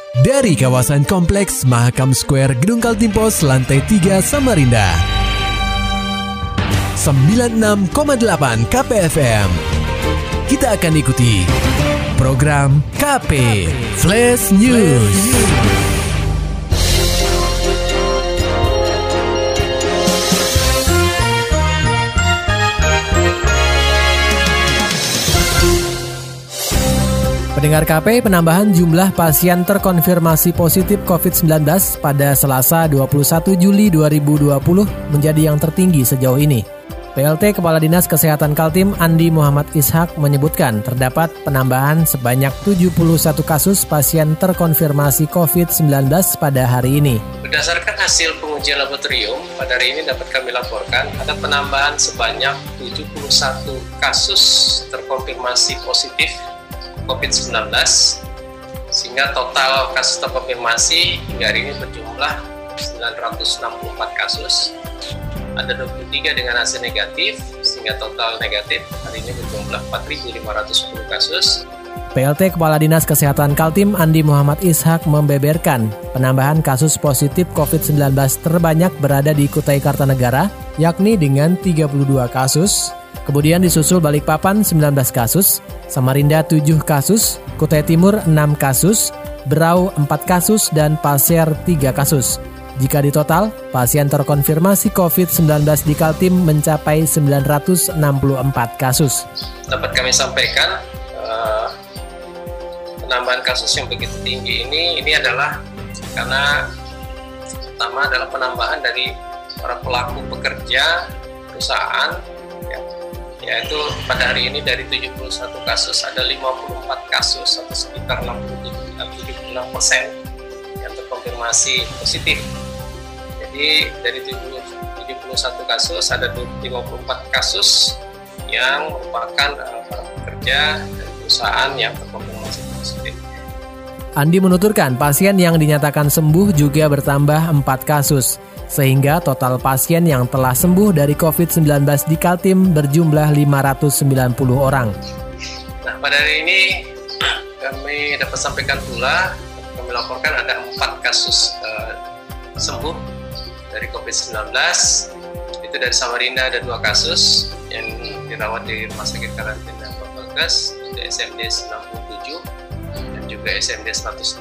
Dari kawasan Kompleks Mahakam Square Gedung Kaltim Pos lantai 3 Samarinda. 96,8 KPFM. Kita akan ikuti program KP Flash News. Pendengar KP, penambahan jumlah pasien terkonfirmasi positif COVID-19 pada Selasa 21 Juli 2020 menjadi yang tertinggi sejauh ini. PLT Kepala Dinas Kesehatan Kaltim Andi Muhammad Ishak menyebutkan terdapat penambahan sebanyak 71 kasus pasien terkonfirmasi COVID-19 pada hari ini. Berdasarkan hasil pengujian laboratorium, pada hari ini dapat kami laporkan ada penambahan sebanyak 71 kasus terkonfirmasi positif COVID-19, sehingga total kasus terkonfirmasi hingga hari ini berjumlah 964 kasus. Ada 23 dengan hasil negatif, sehingga total negatif hari ini berjumlah 4.510 kasus. PLT Kepala Dinas Kesehatan Kaltim Andi Muhammad Ishak membeberkan penambahan kasus positif COVID-19 terbanyak berada di Kutai Kartanegara, yakni dengan 32 kasus. Kemudian disusul Balikpapan 19 kasus, Samarinda 7 kasus, Kutai Timur 6 kasus, Berau 4 kasus, dan Pasir 3 kasus. Jika ditotal, pasien terkonfirmasi COVID-19 di Kaltim mencapai 964 kasus. Dapat kami sampaikan, penambahan kasus yang begitu tinggi ini adalah karena pertama adalah penambahan dari para pelaku pekerja perusahaan, yaitu pada hari ini dari 71 kasus ada 54 kasus atau sekitar 76% yang terkonfirmasi positif. Jadi dari 71 kasus ada 54 kasus yang merupakan para pekerja dan perusahaan yang terkonfirmasi positif. Andi menuturkan pasien yang dinyatakan sembuh juga bertambah 4 kasus, sehingga total pasien yang telah sembuh dari COVID-19 di Kaltim berjumlah 590 orang. Nah, pada hari ini kami dapat sampaikan pula, kami laporkan ada 4 kasus sembuh dari COVID-19. Itu dari Samarinda ada 2 kasus yang dirawat di Rumah Sakit Karantina Fakultas, itu SMD 97 dan juga SMD 106,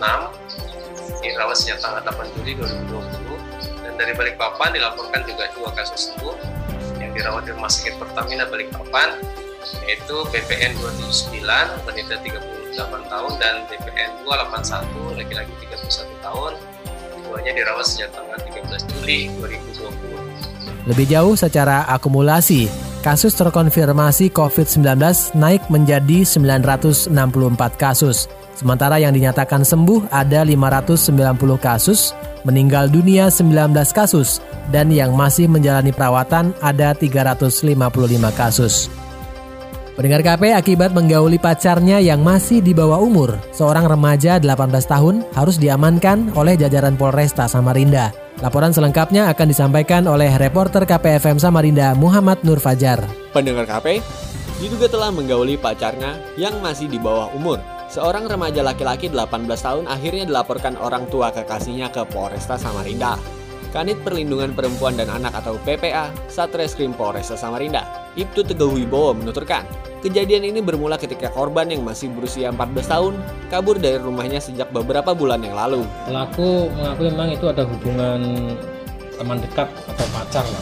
dirawat sejak tanggal 8 Juli 2020. Dari Balikpapan dilaporkan juga 2 kasus sembuh yang dirawat di Rumah Sakit Pertamina Balikpapan, yaitu BPN 279 wanita 38 tahun dan BPN 281 laki-laki 31 tahun. Keduanya dirawat sejak tanggal 13 Juli 2020. Lebih jauh secara akumulasi, kasus terkonfirmasi COVID-19 naik menjadi 964 kasus. Sementara yang dinyatakan sembuh ada 590 kasus, meninggal dunia 19 kasus, dan yang masih menjalani perawatan ada 355 kasus. Pendengar KP, akibat menggauli pacarnya yang masih di bawah umur, seorang remaja 18 tahun harus diamankan oleh jajaran Polresta Samarinda. Laporan selengkapnya akan disampaikan oleh reporter KPFM Samarinda Muhammad Nur Fajar. Pendengar KP, diduga telah menggauli pacarnya yang masih di bawah umur. Seorang remaja laki-laki 18 tahun akhirnya dilaporkan orang tua kekasihnya ke Polresta Samarinda. Kanit Perlindungan Perempuan dan Anak atau PPA Satreskrim Polresta Samarinda, Ibtu Teguh Wibowo menuturkan, kejadian ini bermula ketika korban yang masih berusia 14 tahun kabur dari rumahnya sejak beberapa bulan yang lalu. Pelaku mengaku memang itu ada hubungan teman dekat atau pacar lah,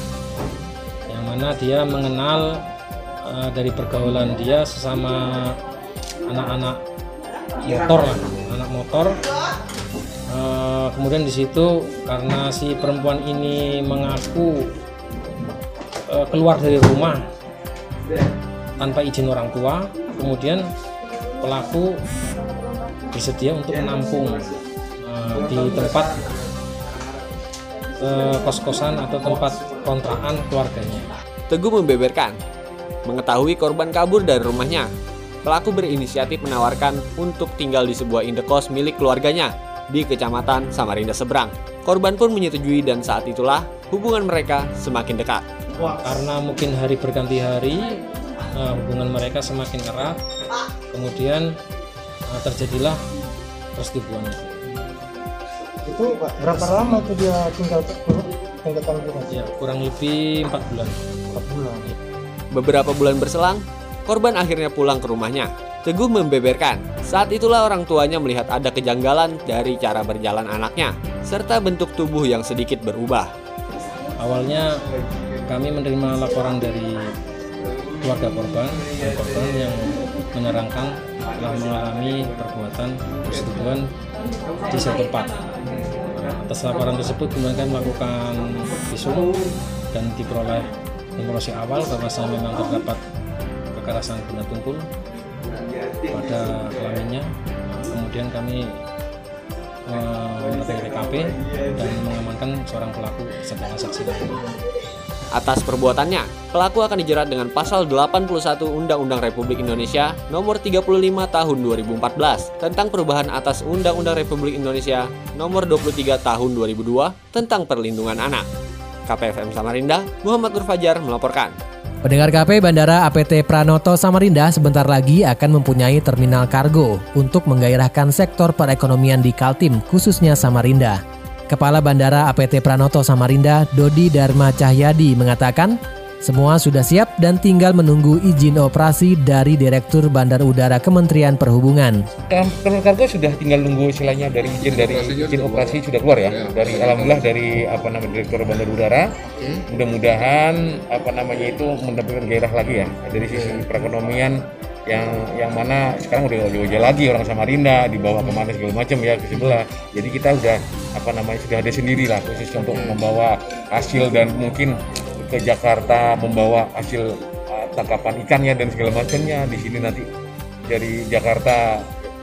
yang mana dia mengenal dari pergaulan dia sesama anak-anak motor lah, anak motor. Kemudian di situ karena si perempuan ini mengaku keluar dari rumah tanpa izin orang tua, kemudian pelaku bersedia untuk menampung di tempat kos-kosan atau tempat kontrakan keluarganya. Teguh membeberkan, mengetahui korban kabur dari rumahnya, pelaku berinisiatif menawarkan untuk tinggal di sebuah indekos milik keluarganya di Kecamatan Samarinda Seberang. Korban pun menyetujui dan saat itulah hubungan mereka semakin dekat. Karena mungkin hari berganti hari, hubungan mereka semakin erat, kemudian terjadilah persetubuhan itu. Itu berapa lama itu dia tinggal tanggungan? Ya, kurang lebih 4 bulan. 4 bulan. Beberapa bulan berselang, korban akhirnya pulang ke rumahnya. Teguh membeberkan, saat itulah orang tuanya melihat ada kejanggalan dari cara berjalan anaknya, serta bentuk tubuh yang sedikit berubah. Awalnya kami menerima laporan dari keluarga korban yang menerangkan telah mengalami perbuatan persetubuhan di satu tempat. Atas laporan tersebut kemudian kami melakukan visum dan diperoleh informasi awal bahwa memang terdapat kekerasan benda tumpul pada kelaminnya. Kemudian kami melakukan TKP dan mengamankan seorang pelaku serta saksi lain. Atas perbuatannya, pelaku akan dijerat dengan pasal 81 Undang-Undang Republik Indonesia Nomor 35 Tahun 2014 tentang perubahan atas Undang-Undang Republik Indonesia Nomor 23 Tahun 2002 tentang perlindungan anak. KPFM Samarinda, Muhammad Nur Fajar melaporkan. Pendengar KP, Bandara APT Pranoto Samarinda sebentar lagi akan mempunyai terminal kargo untuk menggairahkan sektor perekonomian di Kaltim, khususnya Samarinda. Kepala Bandara APT Pranoto Samarinda, Dodi Dharma Cahyadi, mengatakan semua sudah siap dan tinggal menunggu izin operasi dari Direktur Bandar Udara Kementerian Perhubungan. Terminal kargo sudah tinggal nunggu istilahnya dari izin operasi sudah keluar ya. Dari alhamdulillah dari Direktur Bandar Udara. Mudah-mudahan itu mendapatkan gairah lagi ya dari sisi perekonomian yang mana sekarang udah lagi orang Samarinda dibawa kemana segala macam ya ke sebelah. Jadi kita udah sudah ada sendiri lah khusus untuk membawa hasil dan mungkin ke Jakarta membawa hasil tangkapan ikannya dan segala macamnya. Di sini nanti dari Jakarta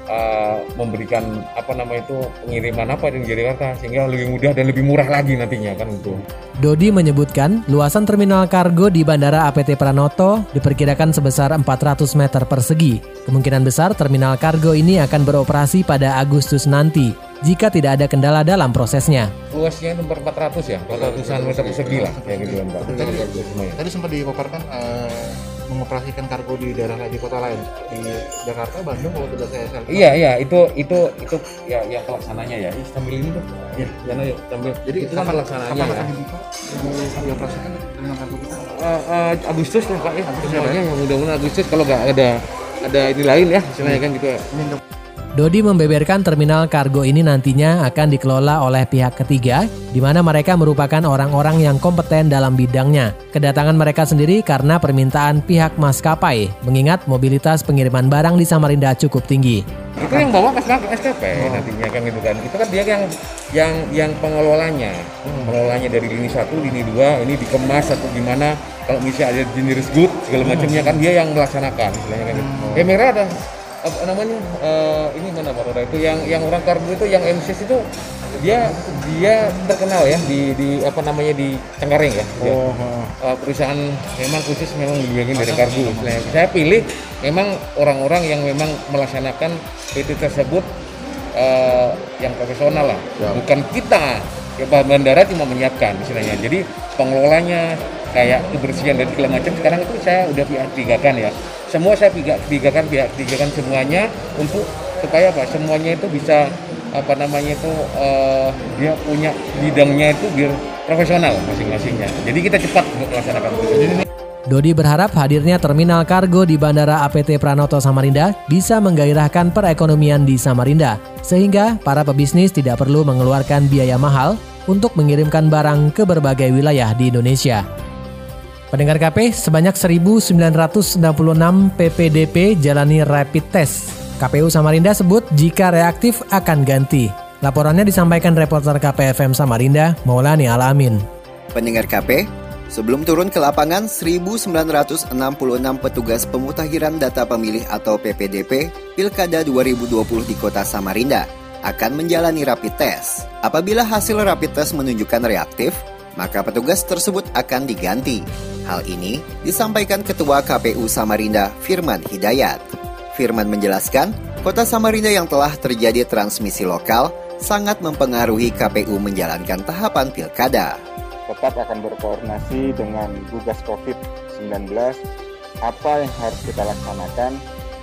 memberikan pengiriman dari Jakarta sehingga lebih mudah dan lebih murah lagi nantinya kan itu. Dodi menyebutkan luasan terminal kargo di Bandara APT Pranoto diperkirakan sebesar 400 meter persegi. Kemungkinan besar terminal kargo ini akan beroperasi pada Agustus nanti jika tidak ada kendala dalam prosesnya. Luasnya nomor 400 ya, 400-an meter persegi lah kayak gitu kan Pak. Tadi sempat dipaparkan mengoperasikan kargo di daerah di kota lain di Jakarta, Bandung kalau tidak saya salah. Iya itu ya yang pelaksananya ya. Sambil ini tuh. Iya, yuk sambil. Jadi itu kan pelaksananya ya. Kapan dibuka? Dioperasikan dengan kargo kita? Agustus lah Pak ya. Semuanya yang mudah-mudahan Agustus kalau nggak ada ini lain ya, istilahnya kan gitu ya. Dodi membeberkan terminal kargo ini nantinya akan dikelola oleh pihak ketiga, di mana mereka merupakan orang-orang yang kompeten dalam bidangnya. Kedatangan mereka sendiri karena permintaan pihak maskapai, mengingat mobilitas pengiriman barang di Samarinda cukup tinggi. Itu yang bawa maskapai nantinya kan gitu kan. Itu kan dia yang pengelolanya dari lini 1, lini 2, ini dikemas atau gimana. Kalau misalnya ada jenis good segala macamnya kan dia yang melaksanakan, istilahnya kan gitu. Mereka ada ini mana Pak Roda itu yang orang kargo itu yang MCS itu dia terkenal ya di Cengkareng ya. Perusahaan memang khusus memang bagian dari kargo. Saya pilih memang orang-orang yang memang melaksanakan PT tersebut yang profesional lah. Bukan kita bandara cuma menyiapkan istilahnya. Jadi pengelolanya kayak kebersihan dan segala macam sekarang itu saya udah pihak tigakan ya. Semua saya pihak tigakan semuanya untuk supaya semuanya itu bisa dia punya bidangnya itu biar profesional masing-masingnya. Jadi kita cepat untuk melaksanakan itu. Dodi berharap hadirnya terminal kargo di Bandara APT Pranoto Samarinda bisa menggairahkan perekonomian di Samarinda, sehingga para pebisnis tidak perlu mengeluarkan biaya mahal untuk mengirimkan barang ke berbagai wilayah di Indonesia. Pendengar KP, sebanyak 1.966 PPDP jalani rapid test. KPU Samarinda sebut jika reaktif akan ganti. Laporannya disampaikan reporter KPFM Samarinda, Maulani Alamin. Pendengar KP, sebelum turun ke lapangan, 1.966 petugas pemutakhiran data pemilih atau PPDP Pilkada 2020 di kota Samarinda akan menjalani rapid test. Apabila hasil rapid test menunjukkan reaktif, maka petugas tersebut akan diganti. Hal ini disampaikan Ketua KPU Samarinda, Firman Hidayat. Firman menjelaskan, kota Samarinda yang telah terjadi transmisi lokal sangat mempengaruhi KPU menjalankan tahapan pilkada. Tetap akan berkoordinasi dengan gugus COVID-19 apa yang harus kita laksanakan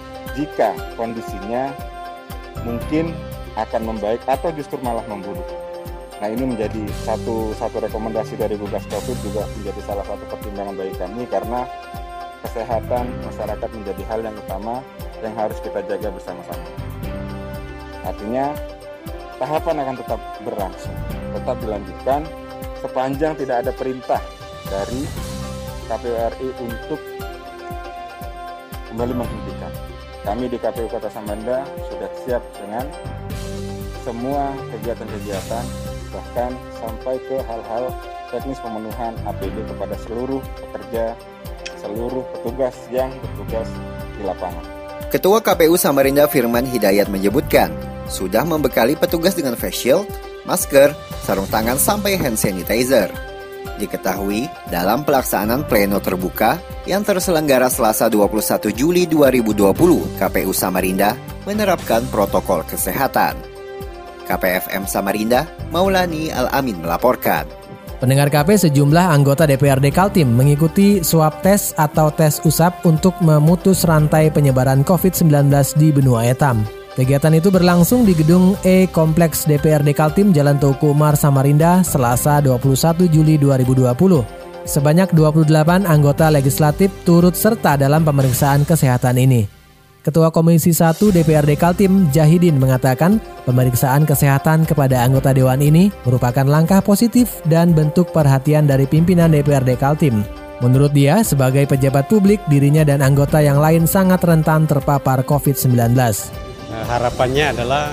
jika kondisinya mungkin akan membaik atau justru malah memburuk. Nah, ini menjadi satu rekomendasi dari gugas COVID, juga menjadi salah satu pertimbangan bagi kami, karena kesehatan masyarakat menjadi hal yang utama yang harus kita jaga bersama-sama. Artinya tahapan akan tetap berlangsung, tetap dilanjutkan sepanjang tidak ada perintah dari KPU RI untuk kembali menghentikan. Kami di KPU Kota Samarinda sudah siap dengan semua kegiatan-kegiatan, bahkan sampai ke hal-hal teknis pemenuhan APD kepada seluruh pekerja, seluruh petugas yang bertugas di lapangan. Ketua KPU Samarinda Firman Hidayat menyebutkan, sudah membekali petugas dengan face shield, masker, sarung tangan sampai hand sanitizer. Diketahui, dalam pelaksanaan pleno terbuka yang terselenggara Selasa 21 Juli 2020, KPU Samarinda menerapkan protokol kesehatan. KPFM Samarinda, Maulani Al-Amin melaporkan. Pendengar KP, sejumlah anggota DPRD Kaltim mengikuti swab tes atau tes usap untuk memutus rantai penyebaran COVID-19 di benua Etam. Kegiatan itu berlangsung di gedung E Kompleks DPRD Kaltim, Jalan Teuku Umar, Samarinda, Selasa 21 Juli 2020. Sebanyak 28 anggota legislatif turut serta dalam pemeriksaan kesehatan ini. Ketua Komisi 1 DPRD Kaltim, Jahidin, mengatakan pemeriksaan kesehatan kepada anggota Dewan ini merupakan langkah positif dan bentuk perhatian dari pimpinan DPRD Kaltim. Menurut dia, sebagai pejabat publik, dirinya dan anggota yang lain sangat rentan terpapar COVID-19. Harapannya adalah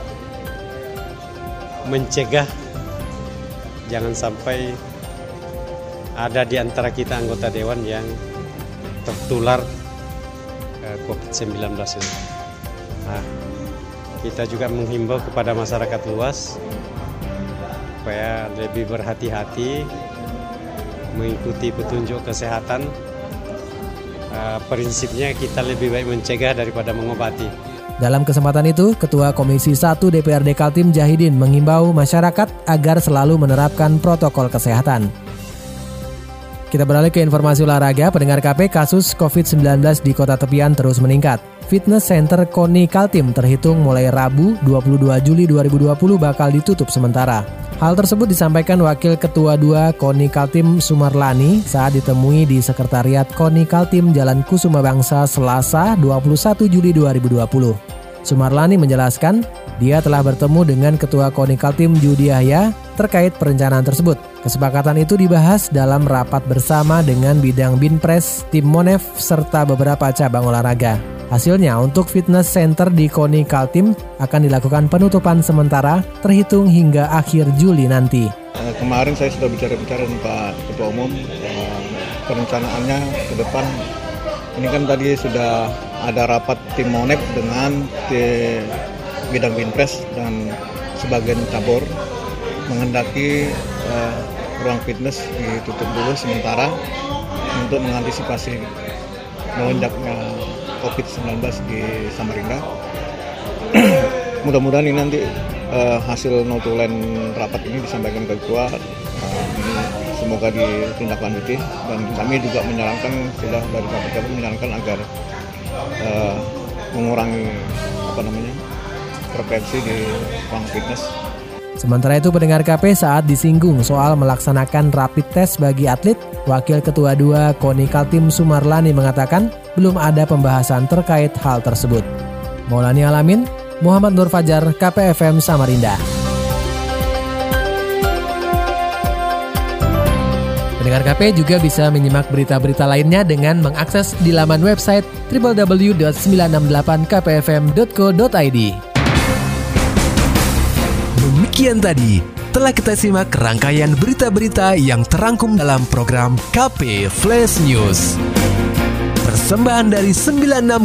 mencegah jangan sampai ada di antara kita anggota Dewan yang tertular COVID-19 ini. Nah, kita juga menghimbau kepada masyarakat luas supaya lebih berhati-hati mengikuti petunjuk kesehatan. Prinsipnya kita lebih baik mencegah daripada mengobati. Dalam kesempatan itu, Ketua Komisi 1 DPRD Kaltim, Jahidin, mengimbau masyarakat agar selalu menerapkan protokol kesehatan. Kita beralih ke informasi olahraga. Pendengar KP, kasus COVID-19 di kota tepian terus meningkat. Fitness Center KONI Kaltim terhitung mulai Rabu 22 Juli 2020 bakal ditutup sementara. Hal tersebut disampaikan Wakil Ketua 2 KONI Kaltim Sumarlani saat ditemui di Sekretariat KONI Kaltim Jalan Kusuma Bangsa Selasa 21 Juli 2020. Sumarlani menjelaskan, dia telah bertemu dengan Ketua KONI Kaltim Judi Yahya terkait perencanaan tersebut. Kesepakatan itu dibahas dalam rapat bersama dengan bidang Binpres, tim Monef, serta beberapa cabang olahraga. Hasilnya, untuk fitness center di KONI Kaltim akan dilakukan penutupan sementara terhitung hingga akhir Juli nanti. Kemarin saya sudah bicara dengan Pak Ketua Umum, perencanaannya ke depan. Ini kan tadi sudah ada rapat tim Monef dengan bidang Binpres dan sebagian cabur menghendaki ruang fitness ditutup dulu sementara untuk mengantisipasi melonjaknya COVID-19 di Samarinda. Mudah-mudahan ini nanti hasil notulen rapat ini disampaikan ke Ketua, semoga ditindaklanjuti, dan kami juga menyarankan, sudah dari KPK menyarankan agar mengurangi frekuensi di ruang fitness. Sementara itu, pendengar KP, saat disinggung soal melaksanakan rapid test bagi atlet, Wakil Ketua 2 KONI Kaltim Sumarlani mengatakan belum ada pembahasan terkait hal tersebut. Maulani Alamin, Muhammad Nur Fajar, KPFM Samarinda. Pendengar KP juga bisa menyimak berita-berita lainnya dengan mengakses di laman website www.968kpfm.co.id. Demikian tadi telah kita simak rangkaian berita-berita yang terangkum dalam program KP Flash News. Persembahan dari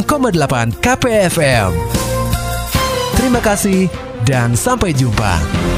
96,8 KPFM. Terima kasih dan sampai jumpa.